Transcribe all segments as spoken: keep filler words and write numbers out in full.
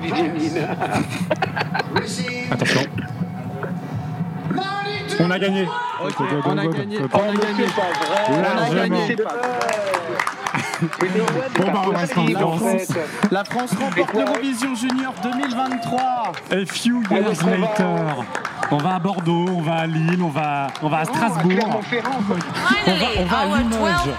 Attention. On a gagné. Okay, on a gagné. On a gagné. On a gagné. Bon bah on reste en La France. France, la France remporte l'Eurovision Junior deux mille vingt-trois. A few years later. On va à Bordeaux, on va à Lille, on va, on va à Strasbourg. On va, on va à Limoges.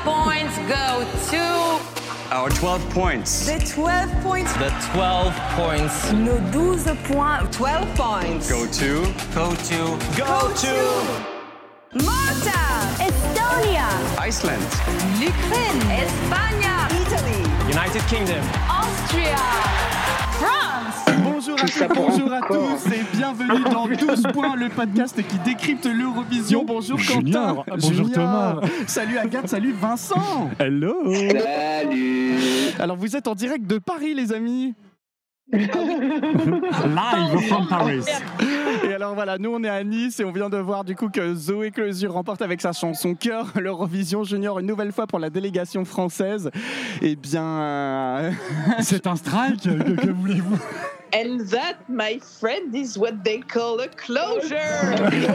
Our twelve points. The twelve points. The twelve points. Nos douze points. twelve points. Go to. Go to. Go to. Malta. Estonia. Iceland. L'Ukraine. Espagne. Italy. United Kingdom. Austria. France. Bonjour à tous, bonjour à tous et bienvenue dans douze points, le podcast qui décrypte l'Eurovision. Bonjour Junior. Quentin. Bonjour Junior. Thomas. Salut Agathe, salut Vincent. Hello. Salut. Alors vous êtes en direct de Paris les amis. Live from Paris. Et alors voilà, nous on est à Nice et on vient de voir du coup que Zoé Closure remporte avec sa chanson Cœur l'Eurovision Junior une nouvelle fois pour la délégation française. Eh bien... euh, C'est un strike, que, que voulez-vous? And that, my friend, is what they call a closure.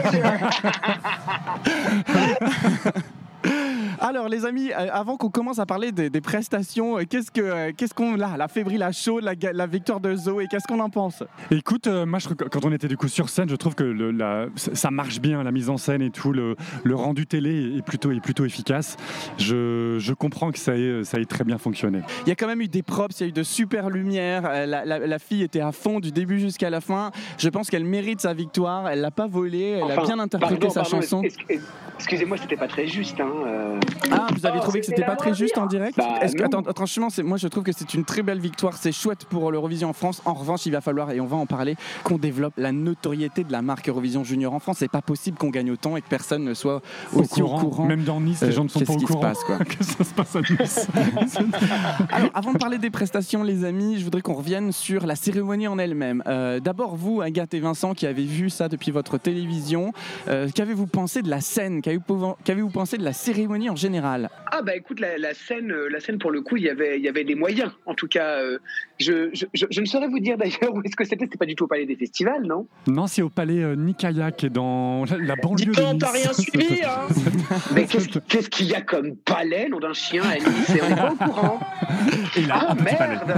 Alors les amis, euh, avant qu'on commence à parler des, des prestations, euh, qu'est-ce que euh, qu'est-ce qu'on là, la fébrile à chaud, la, ga- la victoire de Zoé, qu'est-ce qu'on en pense? Écoute, euh, moi, je, trouve que quand on était du coup sur scène, je trouve que le, la, ça marche bien, la mise en scène et tout, le, le rendu télé est plutôt, est plutôt efficace. Je, je comprends que ça ait, ça ait très bien fonctionné. Il y a quand même eu des props, il y a eu de super lumière, euh, la, la, la fille était à fond du début jusqu'à la fin. Je pense qu'elle mérite sa victoire, elle l'a pas volée, elle Enfin, a bien interprété pardon, sa pardon, chanson. est-ce- est-ce- Excusez-moi, c'était pas très juste. Hein, euh... Ah, vous avez trouvé que c'était pas très juste en direct? Bah, Est-ce que, non. attends, franchement, c'est, moi je trouve que c'est une très belle victoire, c'est chouette pour l'Eurovision en France. En revanche, il va falloir, et on va en parler, qu'on développe la notoriété de la marque Eurovision Junior en France. C'est pas possible qu'on gagne autant et que personne ne soit aussi au courant. Même dans Nice, les Euh, gens ne sont qu'est-ce pas au qui se courant passe, quoi. que ça se passe à Nice. Alors, avant de parler des prestations, les amis, je voudrais qu'on revienne sur la cérémonie en elle-même. Euh, d'abord, vous, Agathe et Vincent, qui avez vu ça depuis votre télévision, euh, qu'avez-vous pensé de la scène? Qu'avez-vous, qu'avez-vous pensé de la cérémonie en général? Ah bah écoute, la, la scène, euh, la scène pour le coup, il y avait, il y avait des moyens. En tout cas, euh, je, je, je, je ne saurais vous dire d'ailleurs où est-ce que c'était. C'était pas du tout au Palais des Festivals, non? Non, c'est au palais euh, Nikaya, qui est dans la, la banlieue Dis de donc, Nice. t'as rien suivi, hein. Mais qu'est-ce, qu'est-ce qu'il y a comme palais, nom d'un chien à Nice? Et on n'est pas au courant. Et là, Ah un petit palais. merde.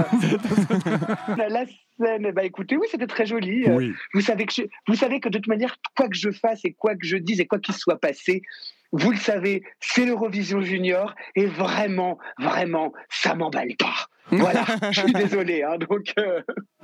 la, la scène, bah écoutez, oui, c'était très joli. Euh, Oui. Vous savez que je, vous savez que de toute manière, quoi que je fasse et quoi que je dise et quoi qu'il soit passé, vous le savez, c'est l'Eurovision Junior et vraiment, vraiment, ça m'emballe pas. Voilà, je suis désolé. Hein, donc, euh...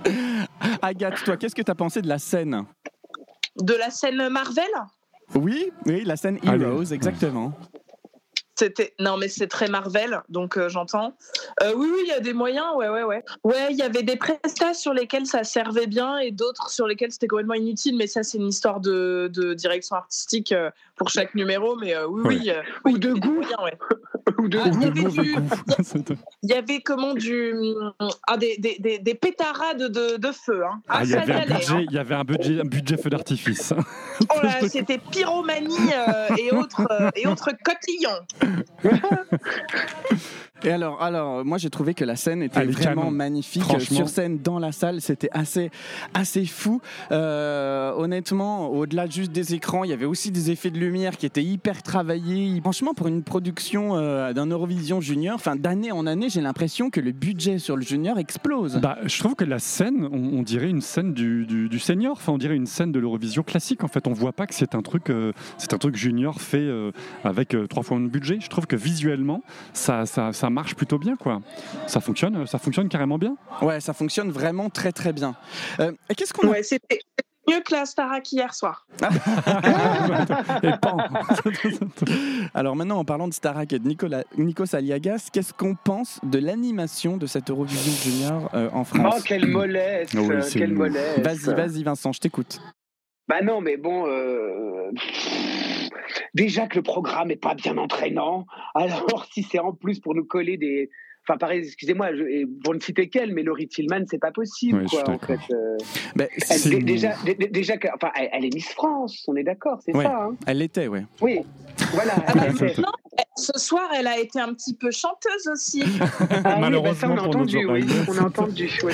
Agathe, toi, qu'est-ce que tu as pensé de la scène? De la scène Marvel. Oui, oui, la scène Allez. Heroes, exactement. C'était non mais c'est très Marvel, donc euh, j'entends. Euh, oui oui, il y a des moyens, ouais ouais ouais. Ouais, il y avait des prestats sur lesquels ça servait bien et d'autres sur lesquels c'était complètement inutile. Mais ça c'est une histoire de, de direction artistique euh, pour chaque numéro. Mais euh, oui Ouais. oui. Euh, Ou oui, de il y a des goût. moyens, ouais. ou de Ah, Ou il y de avait mauvais du- goût. Il y avait comment du ah, des, des, des, des pétarades de, de feu. Hein. Ah, il y ça avait y un allait, budget, hein. il y avait un budget, un budget feu d'artifice. Oh là, c'était pyromanie euh, et autres euh, et autres cotillons. Et alors, alors, moi j'ai trouvé que la scène était Elle est vraiment canon. magnifique. Franchement. Sur scène, dans la salle, c'était assez, assez fou. Euh, honnêtement, au-delà juste des écrans, il y avait aussi des effets de lumière qui étaient hyper travaillés. Franchement, pour une production euh, d'un Eurovision Junior, enfin d'année en année, j'ai l'impression que le budget sur le Junior explose. Bah, je trouve que la scène, on, on dirait une scène du, du, du senior. Enfin, on dirait une scène de l'Eurovision classique. En fait, on voit pas que c'est un truc, euh, c'est un truc junior fait euh, avec euh, trois fois moins de budget. Je trouve que visuellement, ça, ça, ça marche plutôt bien, quoi. Ça fonctionne, ça fonctionne carrément bien. Ouais, ça fonctionne vraiment très très bien. Euh, et qu'est-ce qu'on a... Ouais, c'était mieux que la Starac hier soir. Et pan. Alors maintenant, en parlant de Starac et de Nicolas, Nikos Aliagas, qu'est-ce qu'on pense de l'animation de cette Eurovision Junior euh, en Oh, France? quelle mollesse, Ah oui, euh, c'est quelle une- mollesse. Vas-y, vas-y Vincent, je t'écoute. Bah non, mais bon, euh, pff, déjà que le programme est pas bien entraînant, alors si c'est en plus pour nous coller des... Enfin, pareil, excusez-moi, je, et pour ne citer qu'elle, mais Laurie Tillman, c'est pas possible, Oui, je quoi, suis en d'accord. fait. euh. Ben, Elle- C'est dé- une- déjà, dé- dé- déjà que, enfin, elle, elle est Miss France, on est d'accord, c'est Ouais. ça, hein. elle l'était, ouais. Oui, voilà. Ah bah, elle- maintenant, ce soir, elle a été un petit peu chanteuse aussi. Ah, Malheureusement oui, bah ça, on a pour nos entendu, oui, oreilles. on a entendu. Ouais.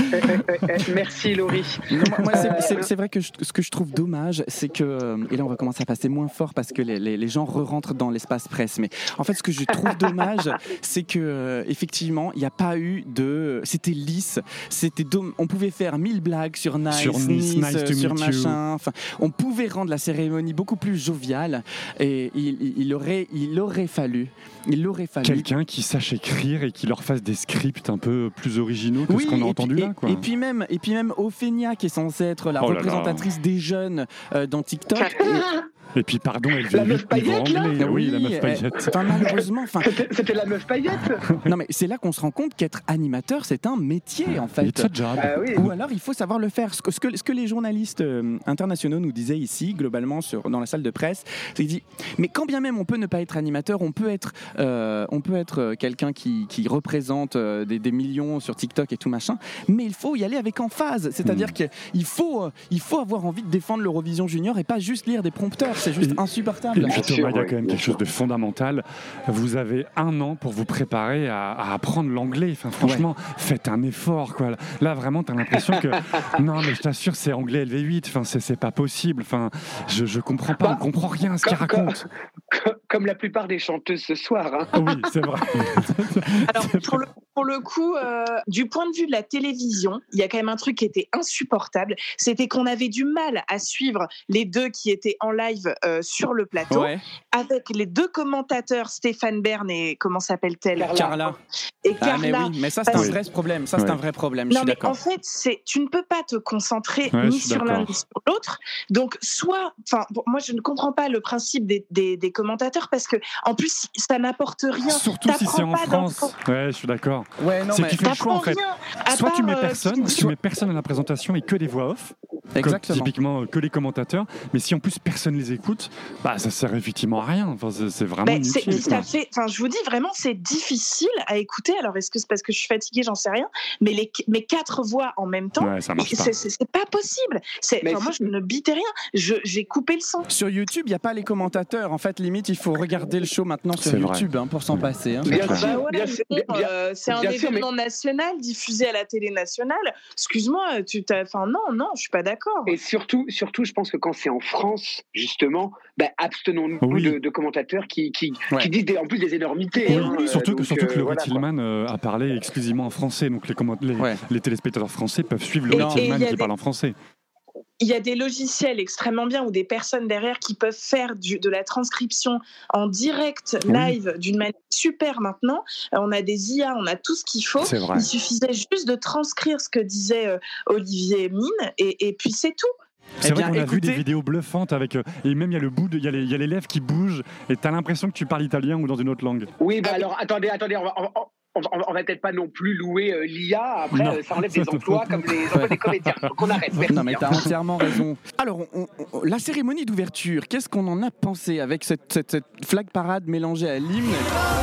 Merci Laurie. Non, moi, moi, c'est, Euh, c'est- c'est vrai que je- ce que je trouve dommage, c'est que, euh, et là on va commencer à passer moins fort parce que les, les- les gens re-rentrent dans l'espace presse, mais en fait ce que je trouve dommage, c'est que euh, effectivement il n'y a pas eu de, c'était lisse, c'était dom- on pouvait faire mille blagues sur Nice, Sur Nice, Nice, Nice euh, to sur meet you. machin, enfin on pouvait rendre la cérémonie beaucoup plus joviale et il, il- il aurait, il aurait fallu, il aurait fallu. Quelqu'un qui sache écrire et qui leur fasse des scripts un peu plus originaux que ce qu'on a et entendu puis, là. et- Quoi. Et, puis même, et puis même Ophénia, qui est censée être la Oh là là. représentatrice des jeunes euh, dans TikTok. Et puis, pardon, elle La vit meuf paillette, là anglais. Oui, la meuf euh, paillette. enfin, malheureusement, enfin, C'était c'était la meuf paillette. non mais c'est là qu'on se rend compte qu'être animateur, c'est un métier en fait. It's a job. Ah oui. Ou alors il faut savoir le faire. Ce que, ce que, ce que les journalistes euh, internationaux nous disaient ici, globalement sur, dans la salle de presse, c'est qu'ils disent mais quand bien même on peut ne pas être animateur, on peut être, euh, on peut être euh, quelqu'un qui, qui représente euh, des, des millions sur TikTok et tout machin, mais il faut y aller avec emphase. C'est-à-dire Mm. qu'il faut, euh, il faut avoir envie de défendre l'Eurovision Junior et pas juste lire des prompteurs. C'est juste Et- insupportable. Et puis Bien Thomas, sûr, il y a oui, quand même bien quelque chose de fondamental. Vous avez un an pour vous préparer à, à apprendre l'anglais. Enfin, franchement, faites un effort. Quoi. Là, vraiment, tu as l'impression que non, mais je t'assure, c'est anglais L V huit. Enfin, c'est, c'est pas possible. Enfin, je, je comprends pas. Bah, on comprend rien à ce qu'il comme- comme- raconte. Comme, comme la plupart des chanteuses ce soir. Hein. Ah oui, c'est vrai. Alors, pour le, pour le coup, euh, du point de vue de la télévision, il y a quand même un truc qui était insupportable. C'était qu'on avait du mal à suivre les deux qui étaient en live euh, sur le plateau, Ouais. avec les deux commentateurs, Stéphane Bern et comment s'appelle-t-elle Carla. Carla. Et Ah, mais Carla. oui, mais ça c'est un Parce- vrai problème. Ça c'est Ouais. un vrai problème. Je Non, suis mais d'accord. en fait, c'est, tu ne peux pas te concentrer Ouais, je ni suis sur l'un d'accord. ni sur l'autre. Donc, soit, enfin, bon, moi, je ne comprends pas le principe des, des, des commentateurs parce que, en plus, ça n'apporte rien. Surtout si c'est en T'apprends pas dans- France. Ouais, je suis d'accord. Ouais, non, C'est mais que tu fais le choix en T'apprends fait. rien, à Soit tu part, mets euh, personne, tu- tu mets personne à la présentation et que des voix off. Comme exactement. typiquement euh, que les commentateurs. Mais si en plus personne les écoute, bah ça sert effectivement à rien. Enfin, c'est, c'est vraiment Ben, c'est, inutile. ça quoi. fait, enfin, je vous dis vraiment, c'est difficile à écouter. Alors, est-ce que c'est parce que je suis fatiguée, j'en sais rien. Mais les, mes quatre voix en même temps, Ouais, ça marche pas. c'est, c'est, c'est pas possible. C'est, Mais enfin, moi, c'est- je ne bitais rien. Je, j'ai coupé le son. Sur YouTube, il n'y a pas les commentateurs. En fait, limite, il faut regarder le show maintenant sur C'est vrai. YouTube hein, pour s'en passer. hein. Bien clair. sûr, Bah ouais, bien mais sûr, bon, bien- euh, c'est un bien sûr, événement national diffusé à la télé nationale. Excuse-moi, tu t'as, enfin non, non, je suis pas d'accord. Et surtout, surtout, je pense que quand c'est en France, justement, bah, abstenons-nous Oui. de, de commentateurs qui, qui, Ouais. qui disent des- en plus des énormités. Oui, hein, surtout, que, donc, surtout que euh, Laurie voilà, quoi. Tillman euh, a parlé exclusivement en français, donc les, comment- les, Ouais. les téléspectateurs français peuvent suivre Et- Laurie et Tillman il y a qui des- parle en français. Il y a des logiciels extrêmement bien ou des personnes derrière qui peuvent faire du, de la transcription en direct, Oui. live, d'une manière super maintenant. Euh, on a des I A, on a tout ce qu'il faut. C'est vrai. Il suffisait juste de transcrire ce que disait euh, Olivier Mine et, et puis c'est tout. C'est Eh vrai bien, qu'on a vu écoutez- des vidéos bluffantes avec euh, et même il y a le bout de, il y a les, il y a les lèvres qui bougent et t'as l'impression que tu parles italien ou dans une autre langue. Oui, bah alors attendez, attendez, on va, on va- on va- on va peut-être pas non plus louer euh, l'I A. Après, Non. euh, ça enlève des emplois comme les emplois des comédiens. Donc on arrête. Merci. Non mais t'as entièrement raison. Alors, on- on- la cérémonie d'ouverture, qu'est-ce qu'on en a pensé avec cette, cette, cette flag parade mélangée à l'hymne?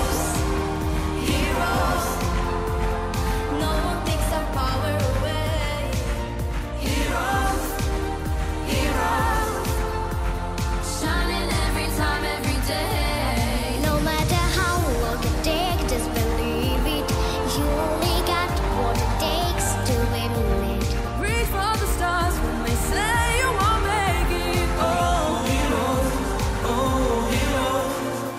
No one takes our power away. Heroes, heroes, shining every time, every day. No matter how long it takes, just believe it. You only got what it takes to win it. Reach for the stars when they say you won't make it. Oh, heroes, oh, heroes.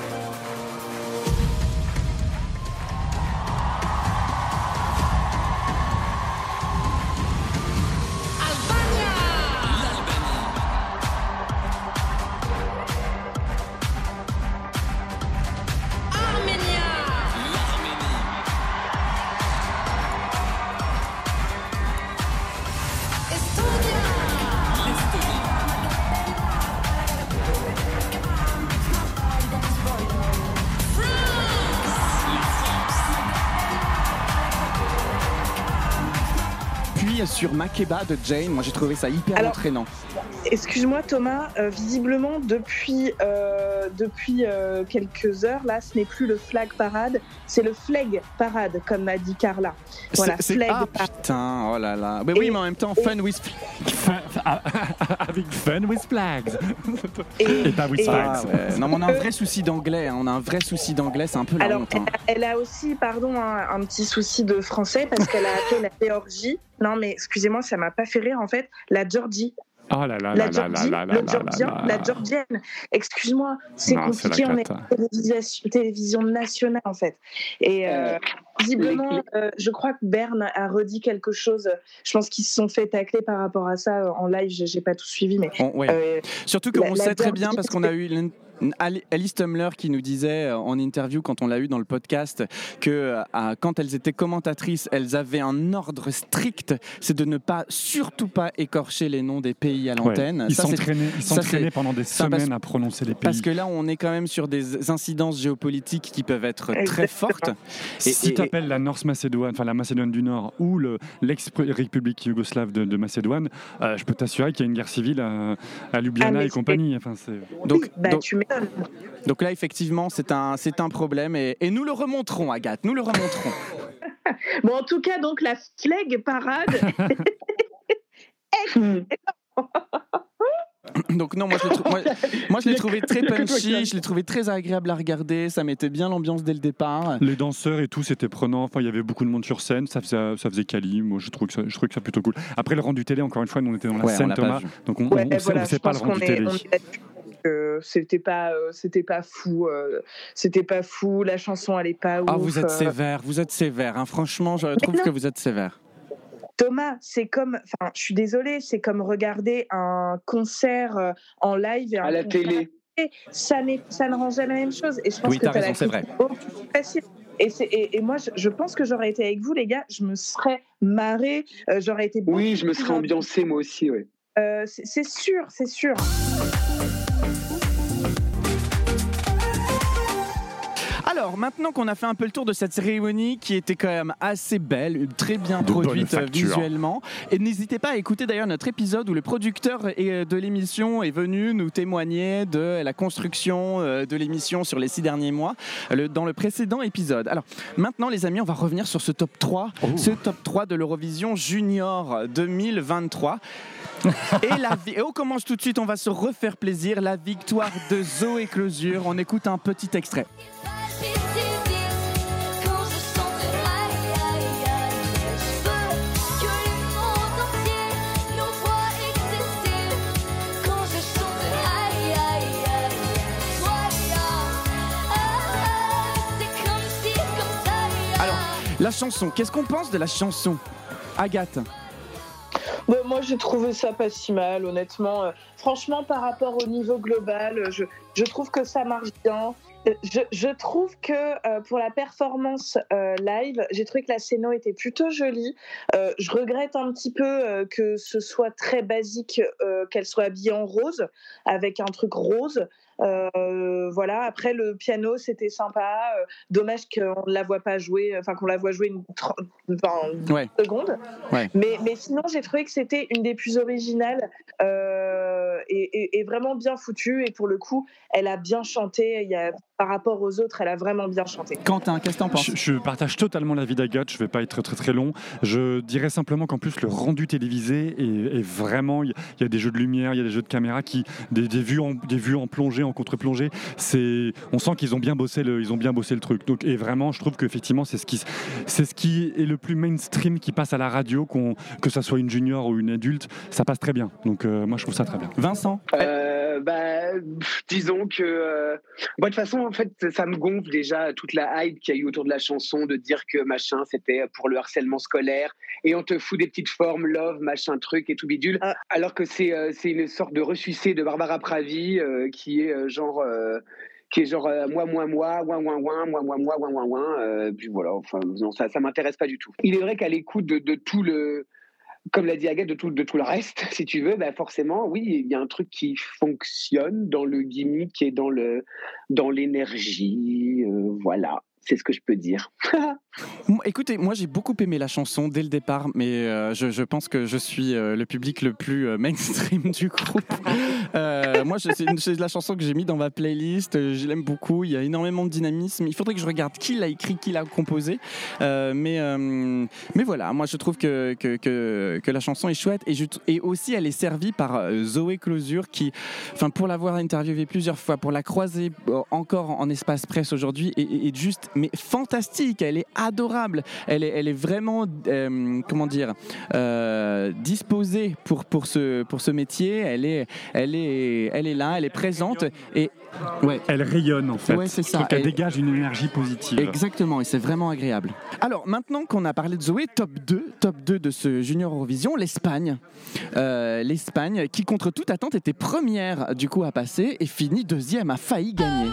Puis sur Makeba de Jane, moi j'ai trouvé ça hyper Alors- entraînant. Excuse-moi Thomas, euh, visiblement depuis, euh, depuis euh, quelques heures, là, ce n'est plus le flag parade, c'est le flag parade, comme a dit Carla. Voilà, C'est- c'est- flag ah parade. putain, oh là là. Mais oui, Et- mais en même temps, et- fun with, Fun- avec Fun with Flags. Et, Et pas with et- Flags. Ah, ouais. Non, mais on a un vrai souci d'anglais. hein. On a un vrai souci d'anglais. C'est un peu la Alors, honte. hein. elle a aussi, pardon, un, un petit souci de français parce qu'elle a appelé la Géorgie. Non, mais excusez-moi, ça m'a pas fait rire en fait. La Georgie, Oh là là la là là Georgie, là là le là Georgien, là la là. Georgienne. Excuse-moi, c'est Non, c'est la compliqué. On est cata. une télévision, télévision nationale en fait. Et euh, visiblement, les- euh, je crois que Berne a redit quelque chose. Je pense qu'ils se sont fait tacler par rapport à ça euh, en live. J'ai j'ai pas tout suivi, mais. On- ouais. euh, Surtout qu'on la- le la sait très Georgie, bien parce qu'on a eu l'in- Ali- Alice Tumler qui nous disait euh, en interview quand on l'a eu dans le podcast que euh, à- quand elles étaient commentatrices, elles avaient un ordre strict, c'est de ne pas, surtout pas écorcher les noms des pays à Ouais. l'antenne. Ils Ça, c'est- s'entraînaient ils ça, s'entraînaient c'est- pendant des ça, parce- semaines à prononcer les pays. Parce que là, on est quand même sur des incidences géopolitiques qui peuvent être très Exactement. fortes. Et- Si et- tu appelles la North Macédoine, enfin la Macédoine du Nord ou le- l'ex-république yougoslave de, de Macédoine, euh, je peux t'assurer qu'il y a une guerre civile à, à Ljubljana Ah, mais et compagnie. Enfin, c'est... Donc, oui, bah, donc- tu m'étonnes. donc là, effectivement, c'est un, c'est un problème et, et nous le remonterons, Agathe, nous le remonterons. Bon, en tout cas, donc la flag parade. Donc non, moi je l'ai, trou- moi, moi, je l'ai trouvé très Il y a que toi qui punchy, as- je l'ai trouvé très agréable à regarder, ça mettait bien l'ambiance dès le départ. Les danseurs et tout, c'était prenant. Enfin, il y avait beaucoup de monde sur scène. Ça faisait, ça faisait quali. Moi, je trouve que ça, je trouve que ça plutôt cool. Après, le rendu télé, encore une fois, nous on était dans la Ouais, on scène, l'a pas Thomas. vu. Donc on, Ouais, on, on sait, voilà, on sait je pas le pense qu'on rendu est, télé. on est là-dessus. Euh, c'était pas, euh, c'était pas fou. euh, c'était pas fou. La chanson, elle est pas Ah, ouf. vous êtes euh. sévère, vous êtes sévère. hein. Franchement, je trouve non. que vous êtes sévère. Thomas, c'est comme, enfin, je suis désolée, c'est comme regarder un concert euh, en live et un À la concert télé. Ça, n'est, ça ne rend jamais la même chose. Et je pense Oui, que t'as t'as raison, la c'est vrai. critique beaucoup plus facile. Et, c'est, et, et moi, je, je pense que j'aurais été avec vous, les gars, je me serais marrée, euh, j'aurais été. Oui, je me beaucoup serais plus ambiancé moi aussi, ouais. Euh, c'est, c'est sûr, c'est sûr. Alors, maintenant qu'on a fait un peu le tour de cette cérémonie qui était quand même assez belle, très bien De bonne produite euh, facture. visuellement, et n'hésitez pas à écouter d'ailleurs notre épisode où le producteur est- de l'émission est venu nous témoigner de la construction euh, de l'émission sur les six derniers mois le- dans le précédent épisode. Alors, maintenant les amis, on va revenir sur ce top trois, ce top trois de l'Eurovision Junior deux mille vingt-trois. Et, la vi- et on commence tout de suite, on va se refaire plaisir, la victoire de Zoé Closure. On écoute un petit extrait. Quand je chante aïe aïe aïe, je veux que le monde entier nous voit exister. Quand je chante aïe aïe aïe, soyons, c'est comme si, comme ça. Alors, la chanson, qu'est-ce qu'on pense de la chanson, Agathe? Bah, moi, j'ai trouvé ça pas si mal, honnêtement. Euh, franchement, par rapport au niveau global, euh, je, je trouve que ça marche bien. Euh, Je, je trouve que euh, pour la performance euh, live, j'ai trouvé que la scéno était plutôt jolie. Euh, je regrette un petit peu euh, que ce soit très basique, euh, qu'elle soit habillée en rose, avec un truc rose. Euh, voilà. Après, le piano, c'était sympa. Euh, dommage qu'on ne la voit pas jouer, enfin qu'on la voit jouer une, tr- enfin, une Ouais. seconde. Ouais. Mais, mais sinon, j'ai trouvé que c'était une des plus originales euh, et, et- et vraiment bien foutue. Et pour le coup, elle a bien chanté. Il y a, par rapport aux autres, elle a vraiment bien chanté. Quentin, qu'est-ce que t'en penses? Je, je partage totalement l'avis d'Agathe, je ne vais pas être très très très long. Je dirais simplement qu'en plus le rendu télévisé est, est vraiment, il y, a- il y a des jeux de lumière, il y a des jeux de caméra, qui, des, des, vues, en, des vues en plongée, en contre-plongée. C'est, on sent qu'ils ont bien bossé le, ils ont bien bossé le truc. Donc, et vraiment, je trouve qu'effectivement, c'est ce, qui, c'est ce qui est le plus mainstream qui passe à la radio, qu'on, que ça soit une junior ou une adulte, ça passe très bien. Donc euh, moi je trouve ça très bien. Vincent? Euh, bah, pff, disons que euh, moi de toute façon en fait ça me gonfle déjà toute la hype qu'il y a eu autour de la chanson, de dire que machin c'était pour le harcèlement scolaire et on te fout des petites formes love machin truc et tout bidule, Ah. alors que c'est euh, c'est une sorte de ressucé de Barbara Pravi euh, qui est euh, genre euh, qui est genre euh, moi moi moi ouin ouin ouin moi moi moi ouin ouin ouin euh, puis voilà, enfin non, ça ça m'intéresse pas du tout. Il est vrai qu'à l'écoute de, de tout le, comme l'a dit Agathe, de tout, de tout le reste, si tu veux, bah forcément, oui, il y a un truc qui fonctionne dans le gimmick et dans, le, dans l'énergie. Euh, voilà, c'est ce que je peux dire. Moi, Écoutez, moi j'ai beaucoup aimé la chanson dès le départ, mais euh, je, je pense que je suis euh, le public le plus euh, mainstream du groupe. Euh, Euh, moi, je- c'est, une- c'est la chanson que j'ai mis dans ma playlist. Euh, Je l'aime beaucoup. Il y a énormément de dynamisme. Il faudrait que je regarde qui l'a écrit, qui l'a composé. Euh, mais, euh, mais voilà, moi, je trouve que, que, que, que la chanson est chouette. Et, je, et aussi, elle est servie par euh, Zoé Closure, qui, enfin, pour l'avoir interviewée plusieurs fois, pour la croiser euh, encore en, en espace presse aujourd'hui, est, est- est juste, mais fantastique. Elle est adorable. Elle est, elle est vraiment, euh, comment dire, euh, disposée pour, pour, ce, pour ce métier. Elle est, elle est, elle est là, elle est présente. Et ouais. Elle rayonne en fait. Ouais, c'est Je ça. trouve qu'elle Elle- dégage une énergie positive. Exactement, et c'est vraiment agréable. Alors, maintenant qu'on a parlé de Zoé, top deux, top deux de ce Junior Eurovision, l'Espagne. Euh, L'Espagne, qui contre toute attente était première du coup à passer et finit deuxième, a failli gagner.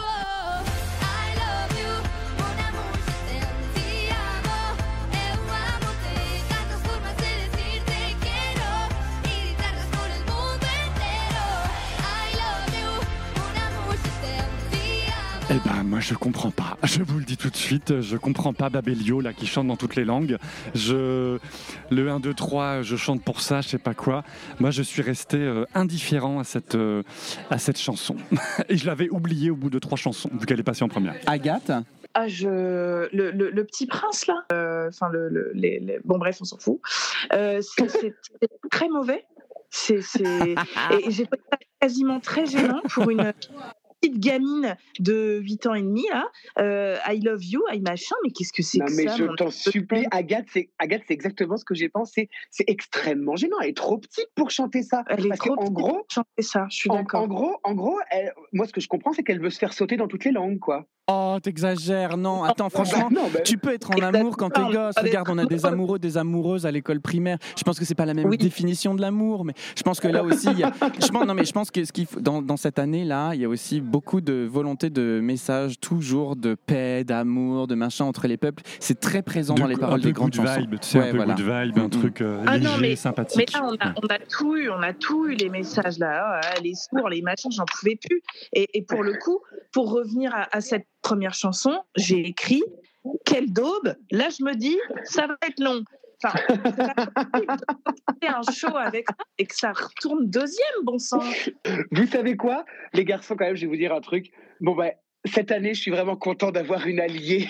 I love you, mon amour, je t'aime, ti amo. Eu amo te, tantas formas de decirte quiero y gritarlas por el mundo entero. I love you, mon amour, je t'aime, ti amo. Eh ben, moi, je comprends pas. Je vous le dis tout de suite, je comprends pas Babelio, là, qui chante dans toutes les langues. Je... Le un, deux, trois, je chante pour ça, je sais pas quoi. Moi, je suis resté euh, indifférent à cette, euh, à cette chanson. Et je l'avais oubliée au bout de trois chansons, vu qu'elle est passée en première. Agathe, Ah, je... le, le, le petit prince, là. euh, Enfin, le, le- les, les- bon, bref, on s'en fout. Euh, c'est c'est- c'est très mauvais. C'est, c'est... Et j'ai trouvé ça quasiment très gênant pour une petite gamine de huit ans et demi, là. Euh, I love you, I machin, mais qu'est-ce que c'est Non, que mais ça je mon- t'en supplie, Agathe, c'est Agathe, c'est exactement ce que j'ai pensé. C'est extrêmement gênant. Elle est trop petite pour chanter ça. Elle est Parce trop qu'en petite gros, pour chanter ça, je suis en, d'accord. en gros, en gros, elle- moi, ce que je comprends, c'est qu'elle veut se faire sauter dans toutes les langues, quoi. oh t'exagères, non, attends, franchement, Bah, non, bah, tu peux être en amour quand t'es gosse. Regarde, on a des amoureux, des amoureuses à l'école primaire. Je pense que c'est pas la même Oui. définition de l'amour, mais je pense que là aussi, il y a... je pense, non, mais je pense que ce qu'il faut- dans, dans cette année-là, il y a aussi beaucoup de volonté de messages, toujours de paix, d'amour, de machin entre les peuples. C'est très présent dans les De- paroles un peu des grandes good chansons. vibe, tu sais, Ouais, un peu voilà. good vibe, un Mhm. truc euh, Ah léger, non, mais- sympathique. Mais là, on a, on a tout eu, on a tout eu, les messages là, Ah, les sourds, les machins, j'en pouvais plus. Et, et pour le coup, pour revenir à, à cette première chanson, j'ai écrit quelle daube. Là, je me dis, ça va être long. Enfin, c'est pas possible de faire un show avec ça et que ça retourne deuxième, bon sang. Vous savez quoi, les garçons, quand même, je vais vous dire un truc. Bon, ben. Cette année, je suis vraiment content d'avoir une alliée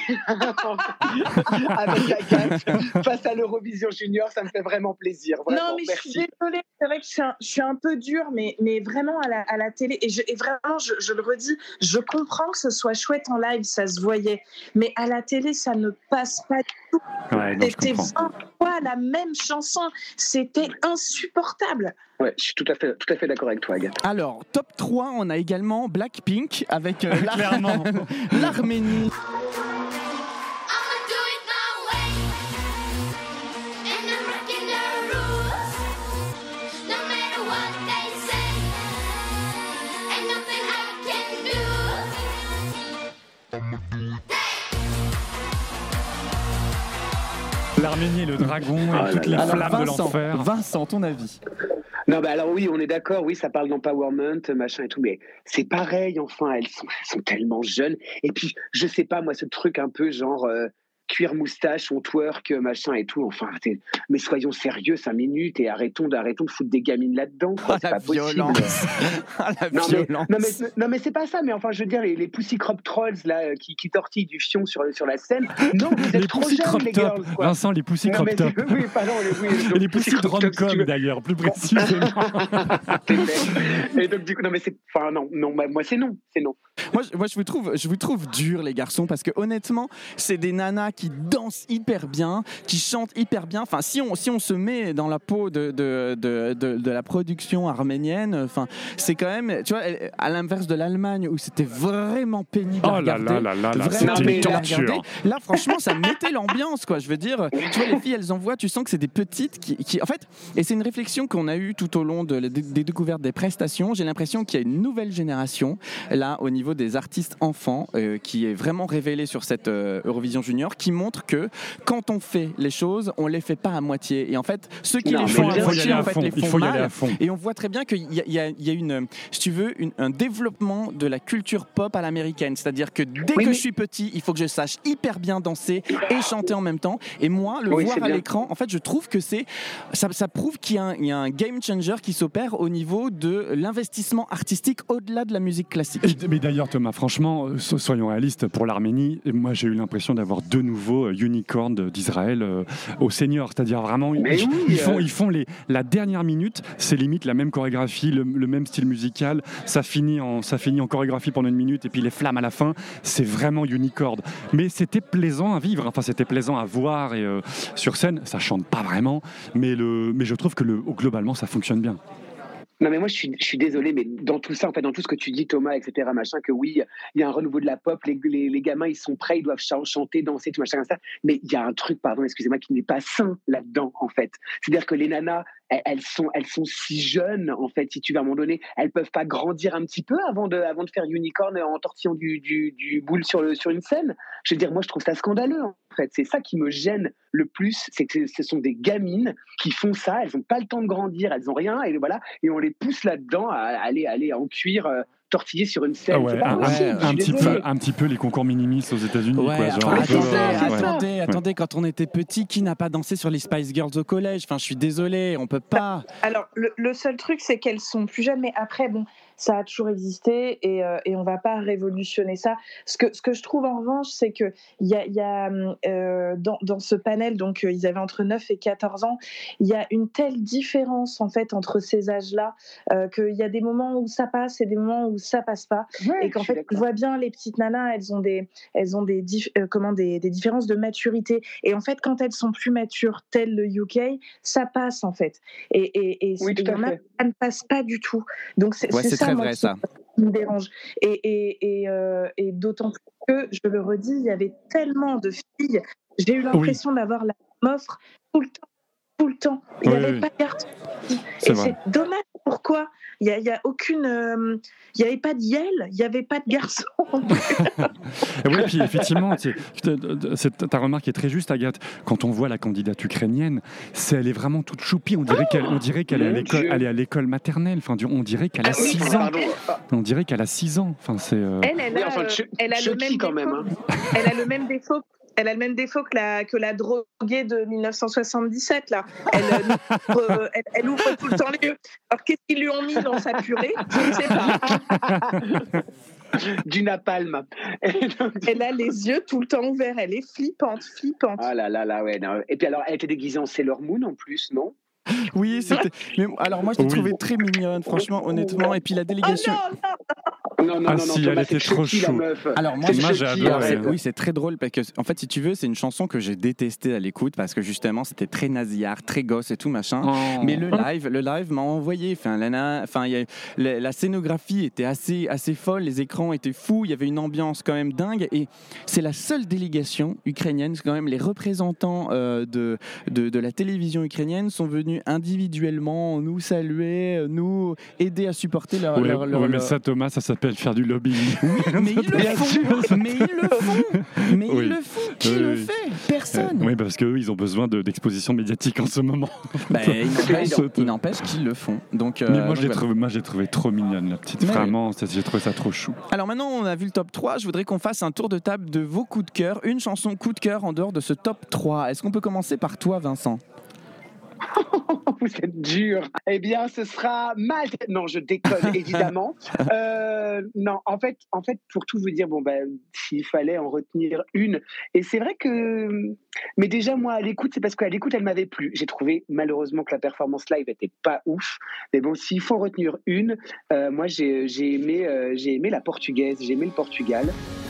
avec Agathe face à l'Eurovision Junior. Ça me fait vraiment plaisir. Vraiment, Non, mais je merci. suis désolée. C'est vrai que je suis un, je suis un peu dure, mais, mais vraiment à la, à la télé, et, je, et vraiment, je, je le redis, je comprends que ce soit chouette en live, ça se voyait, mais à la télé, ça ne passe pas du tout. Ouais, non, je C'était comprends. vingt fois la même chanson. C'était insupportable. Ouais, je suis tout à fait, tout à fait d'accord avec toi, Agathe. Alors, top trois, on a également Blackpink avec euh, l'Ar- Clairement. l'Arménie. I'ma do it my way, and I'm breaking the rules. No matter what they say, ain't nothing I can do. L'Arménie et le dragon Ah et toutes là les là. Alors, flammes de Vincent, l'enfer. Vincent, ton avis? Non, bah alors oui, on est d'accord, oui, ça parle d'empowerment, machin et tout, mais c'est pareil, enfin, elles sont, elles sont tellement jeunes. Et puis, je sais pas, moi, ce truc un peu genre euh, cuir moustache, on twerk, machin et tout, enfin, t'es- mais soyons sérieux cinq minutes et arrêtons, de- arrêtons de foutre des gamines là-dedans. Oh, quoi, c'est la pas possible. violence. Ah, la Non mais, violence. non, mais, non, mais c'est pas ça, mais enfin, je veux dire, les, les Pussy Crop Trolls là, euh, qui, qui tortillent du fion sur, sur la scène, non, vous êtes Les trop Pussy jeunes, Crop les Top. girls, quoi. Vincent, les Pussy Non, Crop mais- Top. oui, pardon, les, oui, Et les Pussy Crop Top, si tu Drumcom veux. d'ailleurs, plus précisément. Et donc, du coup, non, mais c'est. Enfin, non, non, bah, moi, c'est non. C'est non. Moi, je, moi, je vous trouve, je vous trouve dur, les garçons, parce que honnêtement, c'est des nanas qui dansent hyper bien, qui chantent hyper bien. Enfin, si on, si on se met dans la peau de, de, de, de, de la production arménienne, enfin, c'est quand même, tu vois, elle- à l'inverse de l'Allemagne où c'était vraiment pénible à Oh là regarder. là là là là, Vraiment c'était une pénible à torture. regarder. Là, franchement, ça mettait l'ambiance, quoi. Je veux dire, tu vois, les filles, elles envoient, tu sens que c'est des petites qui, qui en fait, et c'est une réflexion qu'on a eue tout au long de, des, des découvertes des prestations. J'ai l'impression qu'il y a une nouvelle génération, là, au niveau des artistes enfants, euh, qui est vraiment révélée sur cette euh, Eurovision Junior, qui qui montre que quand on fait les choses, on les fait pas à moitié. Et en fait, ceux qui Non, les mais font il à faut y moitié, aller à en fait, fond. les Il font faut y aller mal. à fond. Et on voit très bien qu'il y a, il y a- il y a une, si tu veux, une- un développement de la culture pop à l'américaine. C'est-à-dire que dès Oui, que mais- je suis petit, il faut que je sache hyper bien danser et chanter en même temps. Et moi, le Oui, voir c'est à bien. l'écran, en fait, je trouve que c'est ça, ça prouve qu'il y a, un, il y a un game changer qui s'opère au niveau de l'investissement artistique au-delà de la musique classique. Et- mais d'ailleurs, Thomas, franchement, euh, so- soyons réalistes, pour l'Arménie, moi j'ai eu l'impression d'avoir deux nouveaux euh, unicorns d'Israël euh, au senior. C'est-à-dire vraiment, Mais ils, oui, ils font, euh. ils font les, la dernière minute, c'est limite la même chorégraphie, le, le même style musical, ça finit, en, ça finit en chorégraphie pendant une minute et puis les flammes à la fin, c'est vraiment unicorn. Mais c'était plaisant à vivre, enfin c'était plaisant à voir et euh, sur scène, ça chante pas vraiment, mais, le, mais je trouve que le, globalement ça fonctionne bien. Non mais moi je suis, je suis désolé, mais dans tout ça, en fait, dans tout ce que tu dis, Thomas, et cetera, machin, que oui, il y a un renouveau de la pop, les, les, les gamins ils sont prêts, ils doivent ch- chanter, danser, tout machin, ça. Mais il y a un truc, pardon, excusez-moi, qui n'est pas sain là-dedans, en fait. C'est-à-dire que les nanas, elles, elles sont, elles sont si jeunes, en fait, si tu veux à un moment donné, elles peuvent pas grandir un petit peu avant de, avant de faire unicorn en tortillant du, du, du boule sur, le, sur une scène. Je veux dire, moi je trouve ça scandaleux, en fait. C'est ça qui me gêne le plus, c'est que ce sont des gamines qui font ça, elles n'ont pas le temps de grandir, elles ont rien, et voilà, et on les pousse là-dedans à aller, aller en cuir, euh, tortiller sur une scène. Ah ouais, C'est pas un, possible, un- je un suis petit désolé. peu, un petit peu les concours minimis aux États-Unis. Ouais, quoi, genre enfin, un peu, attendez, euh, ouais. attendez, attendez, quand on était petit, qui n'a pas dansé sur les Spice Girls au collège? Enfin, je suis désolé, on peut pas. Alors, le, le seul truc, c'est qu'elles sont plus jeunes, mais après, bon, ça a toujours existé et, euh, et on va pas révolutionner ça. Ce que, ce que je trouve en revanche, c'est qu'il y a, y a euh, dans, dans ce panel, donc euh, ils avaient entre neuf et quatorze ans, il y a une telle différence en fait entre ces âges-là euh, qu'il y a des moments où ça passe et des moments où ça passe pas. Ouais, Et qu'en je suis fait, d'accord. je vois bien les petites nanas, elles ont des, elles ont des, dif- euh, comment, des, des différences de maturité. Et en fait, quand elles sont plus matures, tel le U K, ça passe en fait. Et, et, et Oui, il tout y à en a fait. qui ça ne passe pas du tout. Donc c'est Ouais, c'est c'est ça, très moi, vrai, qui- ça. qui me dérange. Et, et, et, euh, et d'autant plus que, je le redis, il y avait tellement de filles. J'ai eu l'impression d'avoir la même offre tout le temps. Tout le temps. Il n'y Oui, avait oui. pas de garçon. C'est Et vrai. c'est dommage. Pourquoi il n'y a, il y a aucune. euh, Il n'y avait pas d'Yel, il n'y avait pas de garçon. Et oui, puis effectivement, tu sais, c'est- ta remarque est très juste, Agathe. Quand on voit la candidate ukrainienne, c'est, elle est vraiment toute choupie. On dirait qu'elle, on dirait qu'elle est à Mon l'école, Dieu. elle est à l'école maternelle. Enfin, du- on dirait qu'elle a Ah oui, six ans. pardon. On dirait qu'elle a six ans. Enfin, c'est. euh, Elle, elle Oui, a, enfin, euh, Chuck- elle a le Chucky même quand même. défaut. Hein. Elle a le même défaut. Elle a le même défaut que la, que la droguée de mille neuf cent soixante-dix-sept, là. Elle, euh, ouvre, elle, elle ouvre tout le temps les yeux. Alors, qu'est-ce qu'ils lui ont mis dans sa purée? Je ne sais pas. Du napalm. Et donc- Elle a les yeux tout le temps ouverts. Elle est flippante, flippante. Ah là là là, ouais. Non. Et puis alors, elle était déguisée en Sailor Moon en plus, non? Oui, c'était. Mais alors moi, je l'ai Oui. trouvée très mignonne, franchement, honnêtement. Et puis la Oh délégation. non, non. Non, non, Ah non, si, non, elle Thomas, était c'est trop Chucky, la chou. meuf. Alors moi, C'est moi, j'ai Chucky, adoré. arrête. Oui, c'est très drôle parce que, en fait, si tu veux, c'est une chanson que j'ai détestée à l'écoute parce que justement, c'était très nasillard, très gosse et tout machin. Oh. Mais le live, le live m'a envoyé. Enfin, la, na- enfin, il y a- la, la scénographie était assez, assez folle, les écrans étaient fous, il y avait une ambiance quand même dingue. Et c'est la seule délégation ukrainienne, c'est quand même les représentants euh, de, de, de la télévision ukrainienne sont venus individuellement nous saluer, nous aider à supporter leur. Ouais, leur- leur- ouais, mais leur- ça, Thomas, ça s'appelle faire du lobbying. mais ils le Bien font, sûr. mais ils le font, mais Oui. ils le font. Qui Oui, le oui. fait? Personne. Oui, parce qu'eux, ils ont besoin de- d'exposition médiatique en ce moment. Bah, il n'empêche- évident. il n'empêche qu'ils le font. Donc, euh, Mais moi, donc je l'ai voilà. trouvé, moi, j'ai trouvé trop mignonne, la petite. Mais oui. Vraiment, ça, j'ai trouvé ça trop chou. Alors maintenant, on a vu le top trois. Je voudrais qu'on fasse un tour de table de vos coups de cœur. Une chanson coup de cœur en dehors de ce top trois. Est-ce qu'on peut commencer par toi, Vincent? Vous êtes dur. Eh bien, ce sera Malte. Non, je déconne, évidemment. Euh, non, en fait, en fait, pour tout vous dire, bon, ben, s'il fallait en retenir une. Et c'est vrai que. Mais déjà, moi, à l'écoute, c'est parce qu'à l'écoute, elle m'avait plu. J'ai trouvé, malheureusement, que la performance live était pas ouf. Mais bon, s'il faut en retenir une, euh, moi, j'ai, j'ai, aimé, euh, j'ai aimé la portugaise, j'ai aimé le Portugal.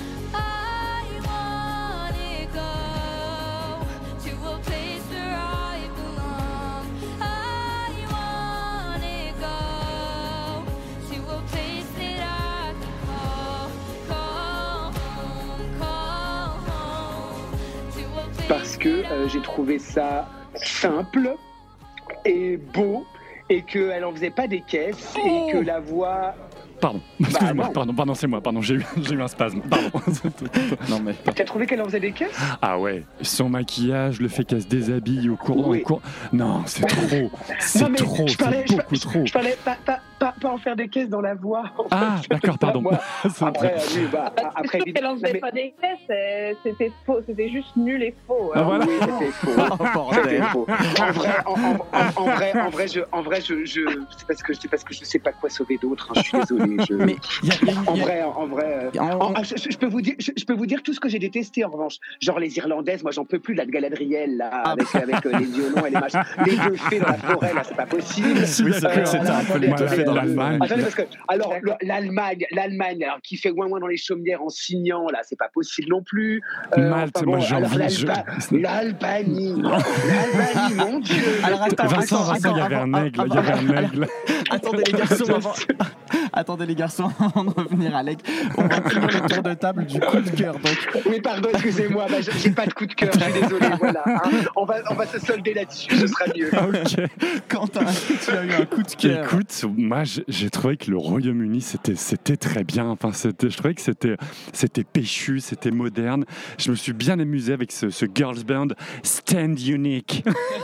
I wanna go to a place where I belong. I wanna go to a place that I can call, call home, call home. To a place Parce que euh, j'ai trouvé ça simple et beau et qu'elle en faisait pas des caisses et que la voix pardon. Excuse-moi, pardon, pardon, c'est moi, pardon, j'ai eu, j'ai eu un spasme. Pardon. Non mais. T'as trouvé qu'elle en faisait des caisses? Ah ouais, son maquillage, le fait qu'elle se déshabille au cours, Oui. au cours... Non, c'est trop, c'est Non, mais trop, je parlais, c'est je, beaucoup je- trop. je parlais pas, pas, pas, pas en faire des caisses dans la voix. en Ah, fait. d'accord, pardon. Moi, C'est après, vrai. oui, bah, C'est après, sûr qu'elle en non, faisait mais- pas des caisses, euh, c'était faux, c'était juste nul et faux. Ah, hein. voilà. Oui, c'était faux. Oh, bordel. C'était faux. En vrai, en, en- en- en vrai, en vrai, je, en vrai, je, je, c'est parce que c'est parce que je sais pas quoi sauver d'autres. hein, je suis désolé. Je... Mais il y a, il y a- En il y a- vrai, en vrai. euh, En- en- ah, je, je- je peux vous dire, je, je peux vous dire tout ce que j'ai détesté en revanche. Genre les Irlandaises, moi j'en peux plus de la Galadriel là, Ah. avec, avec euh, les violons et les machins, les deux fées dans la forêt là, c'est pas possible. Oui, c'est vrai que c'était un peu les attendez, deux fées dans la attendez, forêt. Attendez parce que alors le- l'Allemagne, l'Allemagne alors qui fait ouin ouin dans les chaumières en signant là, c'est pas possible non plus. Malte, moi, j'ai alors, envie, je- l'Alba- l'Albanie, l'Albanie, mon Dieu. Alors, attends, Vincent, attends, Vincent, il y avait avant- un aigle, il y avant- avait un aigle. Attendez les garçons, avant... attendez les garçons, avant de revenir Alec, on va finir le tour de table du coup de cœur. Donc, Oui, pardon, excusez-moi, bah, j'ai pas de coup de cœur, je suis désolé, voilà. hein. On, va, on va se solder là-dessus, ce sera mieux. Ok. Quentin, est-ce que tu as eu un coup de cœur? Écoute, moi j'ai j'ai trouvé que le Royaume-Uni c'était c'était très bien. Enfin, c'était, je trouvais que c'était c'était péchu, c'était moderne. Je me suis bien amusé avec ce, ce girls band Stand Unique.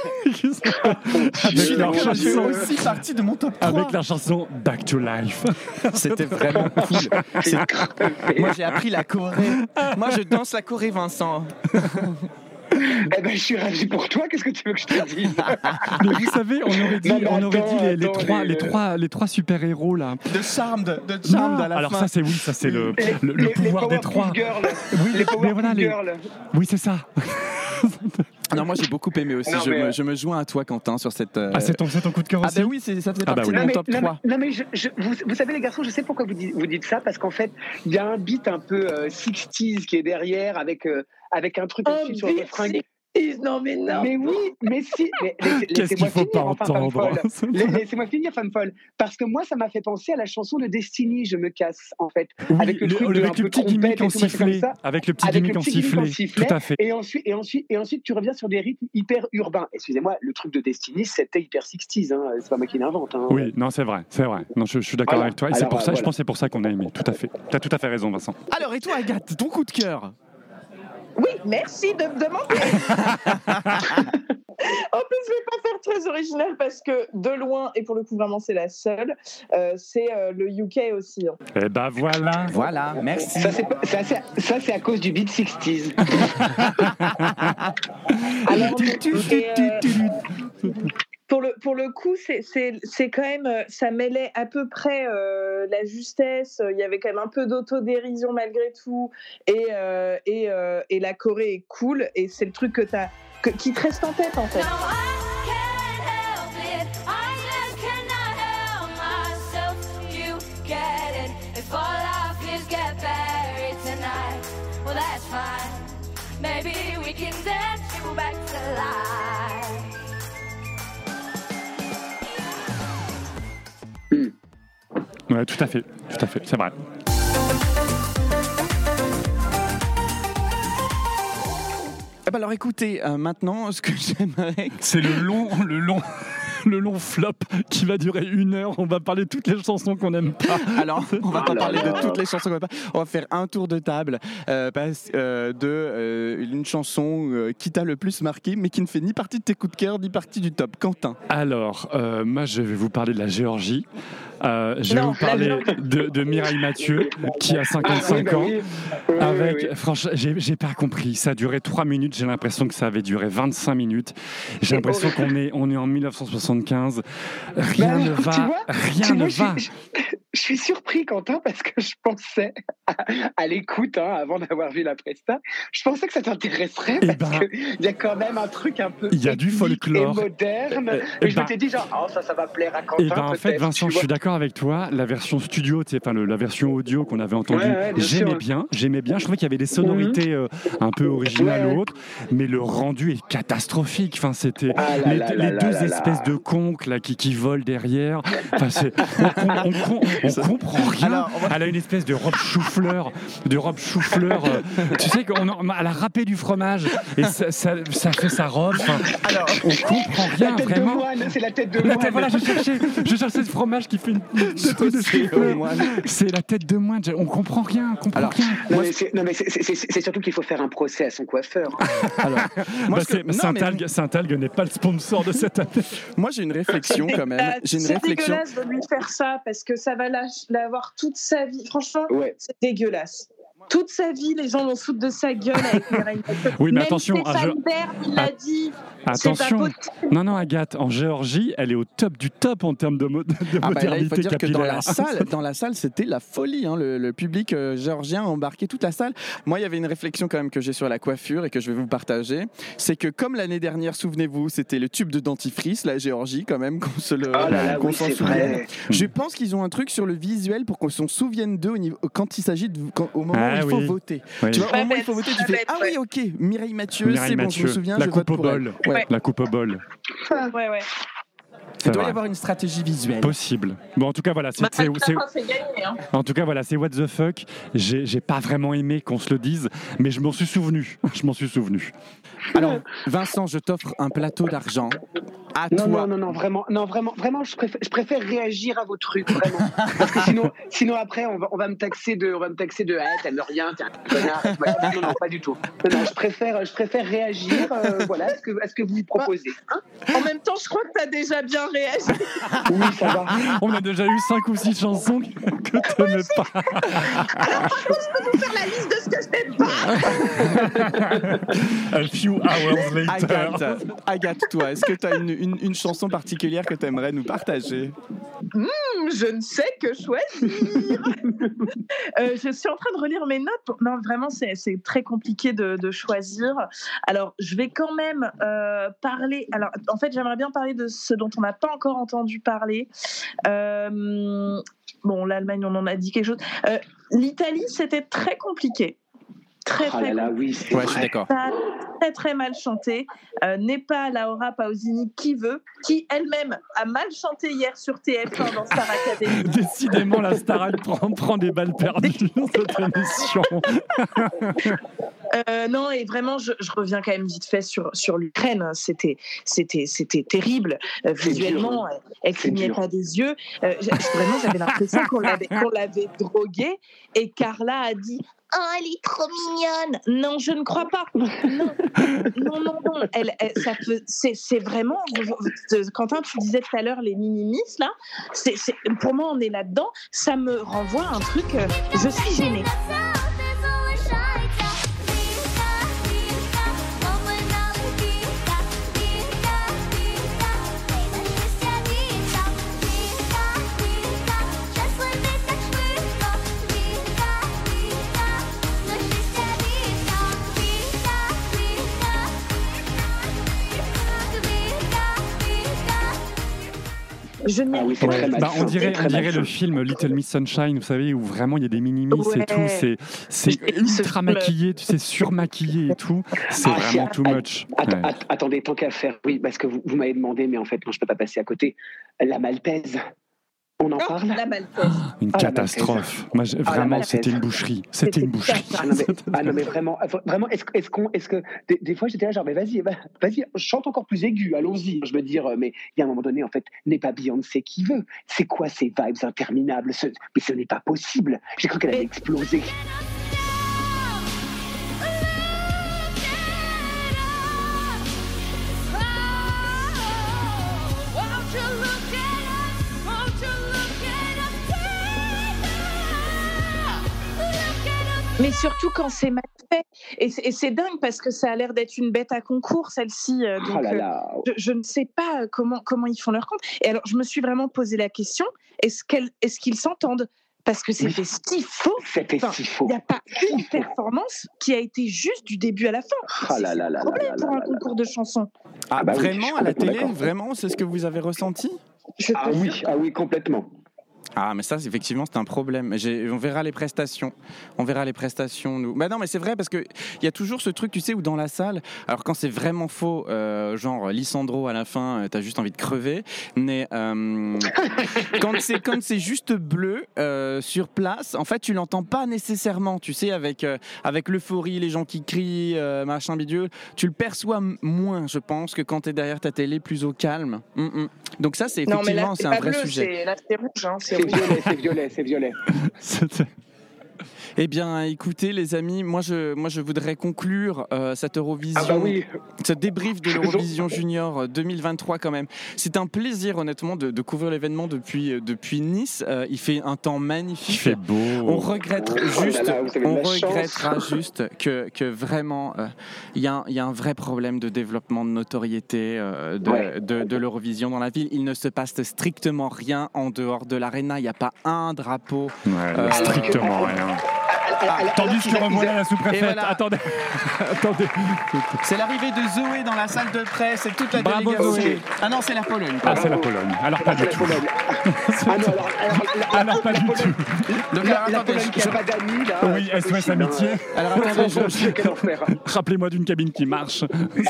Je suis avec leur d'accord, je fais chanson, aussi partie de mon top trois. avec la chanson Back to Life. C'était vraiment cool. C'est- Moi j'ai appris la Corée. Moi je danse la Corée, Vincent. Eh ben, je suis ravi pour toi, qu'est-ce que tu veux que je te dise? Mais vous savez, on aurait dit, Non, mais on aurait attends, dit les, les attends, trois, les- les trois, les trois super héros là. De Charmed, de Charmed à la alors fin. ça c'est oui, ça c'est le, Les, le, le les- pouvoir les des trois. Powerpuff Girls. Oui, les mais Powerpuff voilà, les- Girls. Oui, c'est ça. Non, moi j'ai beaucoup aimé aussi. Non, je, mais, me, euh, je me joins à toi, Quentin, sur cette. euh, Ah, c'est ton, c'est ton coup de cœur Ah, aussi. ben oui, c'est- ça faisait Ah, bah partie oui. de Non mon mais, top non, trois. mais, non, mais je, je- vous, vous savez les garçons, je sais pourquoi vous dites, vous dites ça, parce qu'en fait, il y a un beat un peu euh, sixties qui est derrière, avec, euh, avec un truc Oh, aussi sur le Big refrain. Sixties, non mais non. Mais oui, mais si, mais laissez- Qu'est-ce laissez-moi qu'il faut pas finir, enfin, femme entendre. folle. La- Laissez-moi finir, femme folle. Parce que moi, ça m'a fait penser à la chanson de Destiny, Je me casse, en fait. Oui, avec le, truc de un avec le peu petit gimmick trompette en et tout, machin comme sifflet. ça. Avec le petit Avec gimmick le en petit gimmick en sifflet. sifflet. Tout à fait. Et ensuite, et, ensuite, et ensuite, tu reviens sur des rythmes hyper urbains. Excusez-moi, le truc de Destiny, c'était hyper sixties. Hein. C'est pas moi qui l'invente. Hein. Oui, non, c'est vrai, c'est vrai. Non, je, je suis d'accord Voilà. avec toi. Et c'est Alors, pour euh, ça, je voilà. pense que c'est pour ça qu'on a aimé. Tout à fait. Tu as tout à fait raison, Vincent. Alors, et toi, Agathe, ton coup de cœur? Oui, merci de me demander. En plus, je vais pas faire très original parce que de loin, et pour le coup vraiment c'est la seule, euh, c'est euh, le U K aussi. hein. Eh ben voilà. Voilà, merci. Ça, c'est, pas- ça, c'est, ça, c'est à cause du beat sixties. Alors, Tu- tu- mais, tu- euh, tu- tu- pour le pour le coup, c'est c'est c'est quand même euh, ça mêlait à peu près euh, la justesse. Il y avait quand même un peu d'autodérision malgré tout, et euh, et euh, et la Corée est cool et c'est le truc que t'as que, qui te reste en tête en fait. Now I can't help it. I just cannot help myself. You get it. If all our fears get buried tonight, well that's fine. Maybe we can dance you back to life. Ouais, tout à fait. Tout à fait. C'est vrai. Eh ben alors écoutez, euh, maintenant, ce que j'aimerais... C'est le long, le long, le long flop qui va durer une heure. On va parler de toutes les chansons qu'on n'aime pas. Alors, on va pas Oh là parler là. de toutes les chansons qu'on va pas. On va faire un tour de table euh, parce, euh, de euh, une chanson euh, qui t'a le plus marqué, mais qui ne fait ni partie de tes coups de cœur, ni partie du top. Quentin. Alors, euh, moi, je vais vous parler de la Géorgie. Euh, je vais Non, vous parler de, de Mireille Mathieu, qui a cinquante-cinq Ah, oui, bah ans. oui. Oui, Avec, oui, oui. franchement, j'ai, j'ai pas compris. Ça a duré trois minutes. J'ai l'impression que ça avait duré vingt-cinq minutes. J'ai l'impression qu'on est, on est en mille neuf cent soixante-quinze. Rien Mais ne alors, tu va. vois, Rien Tu ne vois, je, va. suis- je- je suis surpris, Quentin, parce que je pensais, à, à l'écoute, hein, avant d'avoir vu la presta, je pensais que ça t'intéresserait, Eh parce ben, qu'il y a quand même un truc un peu il y a du ethnique folklore. et moderne. Eh, et eh je ben, m'étais dit, genre, oh, ça, ça va plaire à Quentin. Et ben en fait, peut-être, Vincent, tu je suis vois. d'accord avec toi. La version studio, tu sais, enfin le- la version audio qu'on avait entendue, Ouais, ouais, bien j'aimais sûr. bien, j'aimais bien. Je trouvais qu'il y avait des sonorités euh, un peu originales Ouais, ouais. ou autres, mais le rendu est catastrophique. Enfin, c'était Ah là les, là les là deux là là espèces là. de conques là qui, qui volent derrière. Enfin, c'est- on, on- on- On comprend rien. Alors, on va- Elle a une espèce de robe chou-fleur, de robe chou-fleur. euh, tu sais qu'elle a râpé du fromage et ça, ça, ça fait sa robe. Enfin, Alors, on comprend La rien tête vraiment. de moine, c'est la tête de La moine. tête- voilà, je cherchais, je cherchais ce fromage qui fait une une tête de Chaussée chou-fleur. au moine. C'est la tête de moine. On comprend rien. On comprend Alors, rien. Non, Moi, mais c'est, non, mais c'est- c'est- c'est- c'est surtout qu'il faut faire un procès à son coiffeur. alors, moi, Bah, ce que- c'est- non, Saint-Algue, Saint-Algue n'est pas le sponsor de cette année. mais moi, j'ai une réflexion quand même. dégueulasse. J'ai une C'est réflexion. dégueulasse de lui faire ça parce que ça va lâche- l'avoir toute sa vie. Franchement, Ouais. c'est dégueulasse. Toute sa vie, les gens vont foutre de sa gueule avec Mireille Mathieu. Oui, mais Même attention, un Stéphane jeu- Bern, il l'a dit. Attention. C'est pas possible. Non, non, Agathe, en Géorgie, elle est au top du top en termes de, mo- de Ah bah là, il faut modernité dire que dans capillaire. la salle, dans la salle, c'était la folie. Hein. Le, le public euh, géorgien a embarqué toute la salle. Moi, il y avait une réflexion quand même que j'ai sur la coiffure et que je vais vous partager. C'est que comme l'année dernière, souvenez-vous, c'était le tube de dentifrice, la Géorgie quand même, qu'on se le, Oh là là, qu'on oui, s'en c'est souvienne. vrai. Je pense qu'ils ont un truc sur le visuel pour qu'on s'en souvienne d'eux au niveau, quand il s'agit de, quand- au moment Ah où il faut oui. voter. Oui. Tu vois, au Pas moment où il bête, faut voter, tu pas fais bête, ah oui, ok, Mireille Mathieu, Mireille c'est bon, je Mathieu, me souviens, la je coupe vote au pour elle. bol. Ouais. La coupe au bol. Ouais, ouais. Il C'est doit y vrai. avoir une stratégie visuelle. Possible. Bon, en tout cas, voilà, c'est, Bah, c'est- à la c'est- fin, c'est gagné. Hein. en tout cas, voilà, c'est what the fuck. J'ai, j'ai pas vraiment aimé qu'on se le dise, mais je m'en suis souvenu. Je m'en suis souvenu. Alors, Vincent, je t'offre un plateau d'argent. À Non, toi. non, non, non, vraiment, non, vraiment, vraiment, je préfère, je préfère réagir à vos trucs, vraiment. Parce que sinon, sinon après, on va, on va me taxer de, on va me taxer de, ah, t'aimes rien, t'es un connard. Non, non, pas du tout. Non, non, je préfère, je préfère réagir, euh, voilà, à ce que, à ce que vous proposez. Hein En même temps, je crois que tu as déjà bien réagi. oui, ça va. On a déjà eu cinq ou six chansons que tu n'aimais pas. Faire la liste de ce que je n'aime pas. A few hours later. Agathe, Agathe, toi, est-ce que tu as une, une, une chanson particulière que tu aimerais nous partager? Je ne sais que choisir. Euh, je suis en train de relire mes notes. pour- Non, vraiment, c'est c'est très compliqué de, de choisir. Alors, je vais quand même euh, parler. Alors, en fait, j'aimerais bien parler de ce dont on n'a pas encore entendu parler. Euh, Bon, l'Allemagne, on en a dit quelque chose. Euh, L'Italie, c'était très compliqué. Très, Oh très là là, compliqué. oui, c'est Ouais, je suis vrai. d'accord. Ça a très très mal chanté. Euh, n'est pas Laura Pausini qui veut, qui elle-même a mal chanté hier sur T F un dans Star Academy. Décidément, la Starac prend, prend des balles perdues dans cette émission. Euh, non, et vraiment, je, je reviens quand même vite fait sur, sur l'Ukraine. C'était, c'était, c'était terrible. Euh, C'est visuellement, dur. elle, elle C'est clignait dur. pas des yeux. Euh, j'ai- vraiment, j'avais l'impression qu'on l'avait, qu'on l'avait droguée. Et Carla a dit « Oh, elle est trop mignonne !» Non, je ne crois pas. Non, non, non. non. Elle, elle- ça peut, c'est, c'est vraiment... Quentin, tu disais tout à l'heure les minimis, là. C'est, c'est, pour moi, on est là-dedans. Ça me renvoie à un truc... euh, je suis gênée. Je n'y Ah oui, c'est Ouais. très mal. Bah, on dirait, très on dirait mal. le film Little Miss Sunshine, vous savez, où vraiment il y a des minimis Ouais. et tout. C'est, c'est J'ai vu ce ultra film. maquillé, tu sais, surmaquillé et tout. C'est Ah, vraiment si, too att- much. att- Ouais. att- attendez, tant qu'à faire, oui, parce que vous, vous m'avez demandé, mais en fait, non, je peux pas passer à côté. La Maltaise, on en Oh, parle la Maltaise. Une Ah, la catastrophe. Moi, j'ai- Ah, la vraiment, Maltaise. c'était une boucherie. C'était une boucherie. Ah non, mais, ah non, mais vraiment, vraiment est-ce, que- est-ce qu'on, est-ce que des, des fois j'étais là genre mais vas-y, va- vas-y, chante encore plus aigu, allons-y. Je veux dire, euh, mais il y a un moment donné en fait, n'est pas Beyoncé qui veut. C'est quoi ces vibes interminables ce, Mais ce n'est pas possible. J'ai cru qu'elle allait Mais- exploser. Mais surtout quand c'est mal fait. Et c'est, et c'est dingue parce que ça a l'air d'être une bête à concours, celle-ci. euh, donc, Oh là euh, là. je, je ne sais pas comment, comment ils font leur compte. Et alors, je me suis vraiment posé la question, est-ce, qu'elle, est-ce qu'ils s'entendent ? Parce que c'était Oui. si faux. C'était Enfin, si faux. Il n'y a pas une performance qui a été juste du début à la fin. Oh là là là C'est un là problème là pour là un là. concours de chansons. Ah, bah oui, je vraiment, suis à la complètement télé, d'accord. vraiment, c'est ce que vous avez ressenti? Je Ah te oui, jure. ah oui, complètement. Ah, mais ça, c'est- effectivement, c'est un problème. J'ai- on verra les prestations. On verra les prestations, nous. Bah non, mais c'est vrai, parce qu'il y a toujours ce truc, tu sais, où dans la salle, alors quand c'est vraiment faux, euh, genre Lisandro à la fin, euh, t'as juste envie de crever, mais euh, quand c'est quand c'est juste bleu euh, sur place, en fait, tu l'entends pas nécessairement, tu sais, avec, euh, avec l'euphorie, les gens qui crient, euh, machin bidule, tu le perçois m- moins, je pense, que quand t'es derrière ta télé, plus au calme. Mm, mm. Donc ça, c'est Non, mais effectivement, là, c'est c'est un pas vrai bleu, sujet. c'est- là, c'est rouge. Hein, c'est C'est rouge. violet, c'est violet, c'est violet. C'était- Eh bien, écoutez, les amis, moi je, moi je voudrais conclure euh, cette Eurovision, Ah bah oui. ce débrief de l'Eurovision Junior deux mille vingt-trois quand même. C'est un plaisir, honnêtement, de, de couvrir l'événement depuis, euh, depuis Nice. Euh, il fait un temps magnifique. Il fait beau. On regrette Oh là juste, là, vous avez de on la chance. regrettera juste que, que vraiment euh, il y, a un- il y a un vrai problème de développement de notoriété euh, de, Ouais. de, de l'Eurovision dans la ville. Il ne se passe strictement rien en dehors de l'aréna. Il n'y a pas un drapeau. Ouais, Euh, strictement rien. Alors Tandis qu'ils que a- revoilà la Et sous-préfète. voilà. Attendez. Attendez. C'est l'arrivée de Zoé dans la salle de presse et toute la Bravo, délégation. Zoé. Ah non, c'est la Pologne. Ah, c'est la Pologne. Alors pas C'est du la tout. Pologne. Ah non, alors, alors, la- Alors la- pas la du Pologne- tout. Donc, La, alors, la attendez, Pologne qui je- a pas d'amis, là. Oui, c'est pas S O S possible, Amitié. hein. Alors attendez, je, Quel enfer. Rappelez-moi d'une cabine qui marche. Une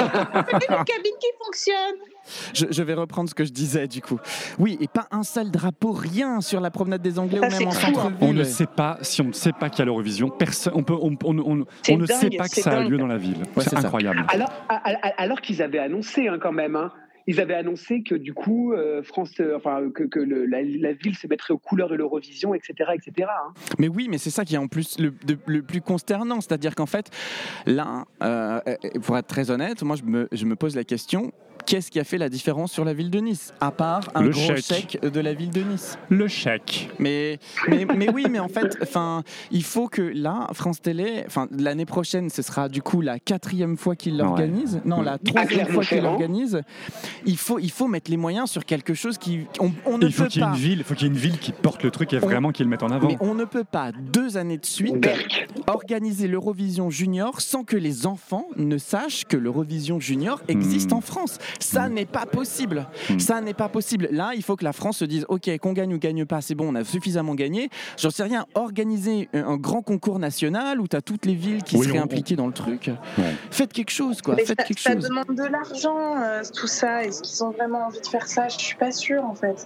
cabine qui fonctionne. je, je vais reprendre ce que je disais du coup. Oui, et pas un seul drapeau, rien sur la promenade des Anglais Ça, ou même c'est en fou, hein. centre-ville. On ne sait pas, si on ne sait pas qu'il y a l'Eurovision, personne, on, peut, on, on- on- C'est on ne sait dingue, pas que c'est ça a dingue. lieu dans la ville. Ouais, c'est c'est ça. incroyable. Alors, a- a- alors qu'ils avaient annoncé hein, quand même, hein, ils avaient annoncé que du coup, euh, France, euh, enfin que, que le- la, la ville se mettrait aux couleurs de l'Eurovision, et cetera, et cetera. hein. Mais oui, mais c'est ça qui est en plus le, de- le plus consternant. C'est-à-dire qu'en fait, là, euh, pour être très honnête, moi je me, je me pose la question. Qu'est-ce qui a fait la différence sur la ville de Nice, à part un Le gros chèque. chèque de la ville de Nice? Le chèque. Mais, mais, mais oui, mais en fait, enfin, il faut que là, France Télé, enfin, l'année prochaine, ce sera du coup la quatrième fois qu'ils l'organisent. Non, la troisième fois qu'ils Clermont-Ferrand. l'organisent. Il faut, il faut mettre les moyens sur quelque chose qui, on, on ne Il faut peut qu'il y ait pas. une ville, il faut qu'il y ait une ville qui porte le truc et On- vraiment qui le mette en avant. Mais on ne peut pas deux années de suite Berck. organiser l'Eurovision Junior sans que les enfants ne sachent que l'Eurovision Junior existe Hmm. en France. Ça n'est pas possible. Hmm. Ça n'est pas possible. Là, il faut que la France se dise ok, qu'on gagne ou gagne pas, c'est bon, on a suffisamment gagné. J'en sais rien. Organiser un un grand concours national où tu as toutes les villes qui Oui, seraient on- impliquées dans le truc. Ouais. Faites quelque chose, quoi. Mais Faites ça, quelque ça chose. demande de l'argent, euh, tout ça. Est-ce qu'ils ont vraiment envie de faire ça? Je suis pas sûre, en fait.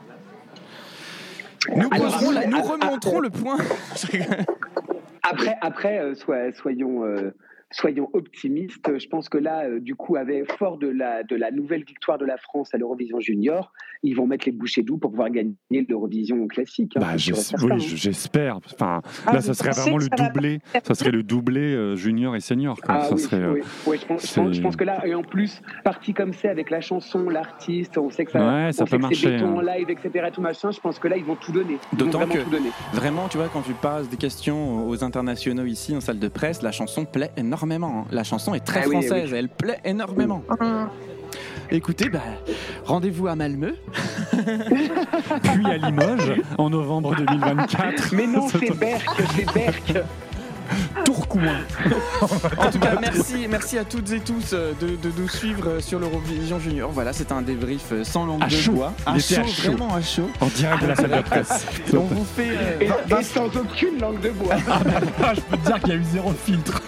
Nous, Alors, poserons la- nous après- remonterons le point. Après, après euh, sois- soyons, euh, soyons optimistes. Je pense que là, euh, du coup, avec fort de la, de la nouvelle victoire de la France à l'Eurovision Junior, ils vont mettre les bouchées doubles pour pouvoir gagner l'Eurovision classique. hein, Bah, c'est sûr et j'es- certain, oui, hein. je- j'espère. Enfin, Ah, là, vous ça serait pensez vraiment que le ça va doublé. pas Ça serait le doublé euh, junior et senior. quoi. Ah ça oui, serait, euh, oui. Ouais, je, pense, je, pense, c'est- je pense que là, et en plus, parti comme c'est avec la chanson, l'artiste, on sait que ça, Ouais, ça on peut sait que c'est marcher, béton hein. en live, et cetera. Tout machin. Je pense que là, ils vont tout donner. Ils vont D'autant vraiment que- tout donner. Vraiment, tu vois, quand tu passes des questions aux internationaux ici en salle de presse, la chanson plaît énormément. hein. La chanson est très Ah oui, française, oui. elle plaît énormément. Hum. Écoutez, bah, rendez-vous à Malmö. Puis à Limoges en novembre deux mille vingt-quatre. Mais non, c'est Berck, c'est Berck. Tourcoing. En tout cas, merci, merci à toutes et tous euh, de, de nous suivre euh, sur l'Eurovision Junior. Voilà, c'était un débrief euh, sans langue À de chaud. bois. Il À était à chaud, chaud. vraiment à chaud. En direct de la salle de presse. Et on vous fait. euh, Et, Vin- et sans aucune langue de bois. Ah, je peux te dire qu'il y a eu zéro filtre.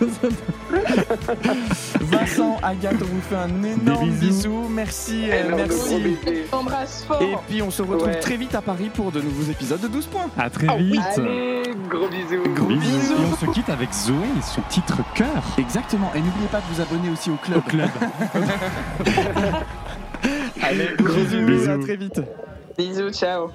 Vincent, Agathe, on vous fait un énorme bisous. bisou. Merci, euh, Énorme merci. gros baiser. Embrasse fort. Et puis on se retrouve Ouais. très vite à Paris pour de nouveaux épisodes de douze points. À très Ah oui. vite. Allez, gros bisous. Gros Bisous. bisous. Et on se quitte avec Zoé et son titre Cœur. Exactement. Et n'oubliez pas de vous abonner aussi au club. Au club. Allez, gros bisous. Bisous. À très vite. Bisous, ciao.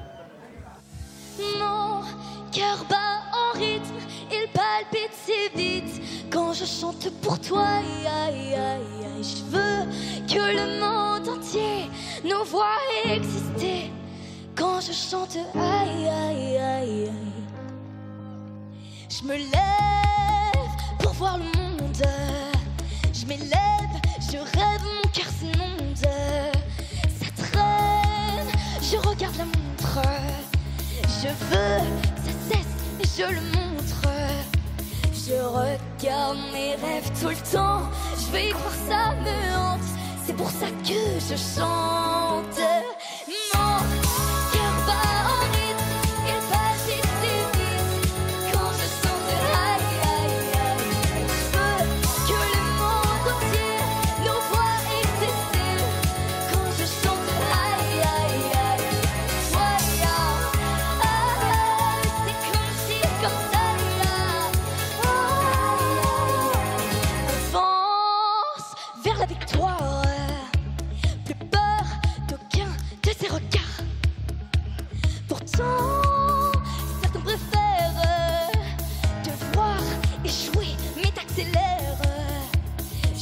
Mon cœur bat en rythme, il palpite si vite quand je chante pour toi. Aïe, aïe, aïe, aïe. Je veux que le monde entier nous voit exister quand je chante. Aïe, aïe, aïe, aïe. Je me lève pour voir le monde. Je m'élève, je rêve, mon cœur s'inonde. Ça traîne, je regarde la montre. Je veux que ça cesse et je le montre. Je regarde mes rêves tout le temps. Je vais y croire, ça me hante. C'est pour ça que je chante. Mon cœur bat en rythme,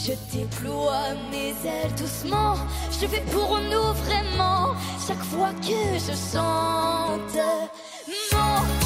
Je déploie mes ailes doucement, je le fais pour nous vraiment. Chaque fois que je chante, mon